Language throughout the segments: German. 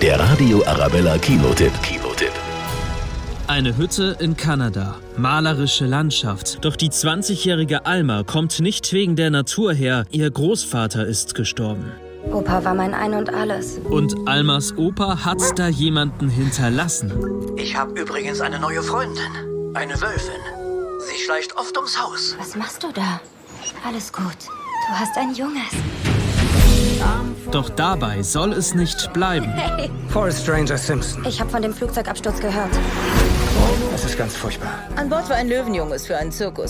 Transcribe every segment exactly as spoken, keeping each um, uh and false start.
Der Radio Arabella Kinotipp. Kinotipp. Eine Hütte in Kanada. Malerische Landschaft. Doch die zwanzigjährige Alma kommt nicht wegen der Natur her. Ihr Großvater ist gestorben. Opa war mein Ein und Alles. Und Almas Opa hat da jemanden hinterlassen. Ich habe übrigens eine neue Freundin. Eine Wölfin. Sie schleicht oft ums Haus. Was machst du da? Alles gut. Du hast ein Junges. Doch dabei soll es nicht bleiben. Hey. Forrest Ranger Simpson. Ich habe von dem Flugzeugabsturz gehört. Das ist ganz furchtbar. An Bord war ein Löwenjunges für einen Zirkus.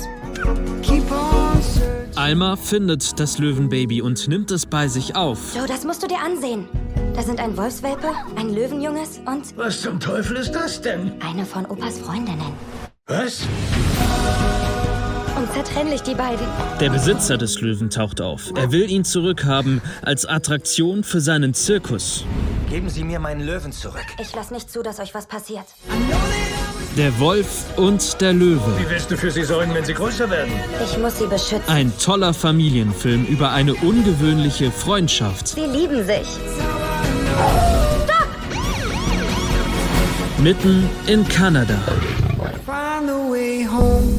Alma findet das Löwenbaby und nimmt es bei sich auf. Joe, das musst du dir ansehen. Da sind ein Wolfswelpe, ein Löwenjunges und Was zum Teufel ist das denn? eine von Opas Freundinnen. Was? Unzertrennlich, die beiden. Der Besitzer des Löwen taucht auf. Er will ihn zurückhaben als Attraktion für seinen Zirkus. Geben Sie mir meinen Löwen zurück. Ich lass nicht zu, dass euch was passiert. Der Wolf und der Löwe. Wie willst du für sie sorgen, wenn sie größer werden? Ich muss sie beschützen. Ein toller Familienfilm über eine ungewöhnliche Freundschaft. Sie lieben sich. Mitten in Kanada. Find a way home.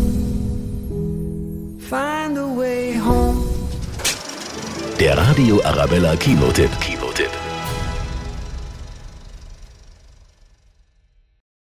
Find a way home. Der Radio Arabella Kinotipp. Kinotipp.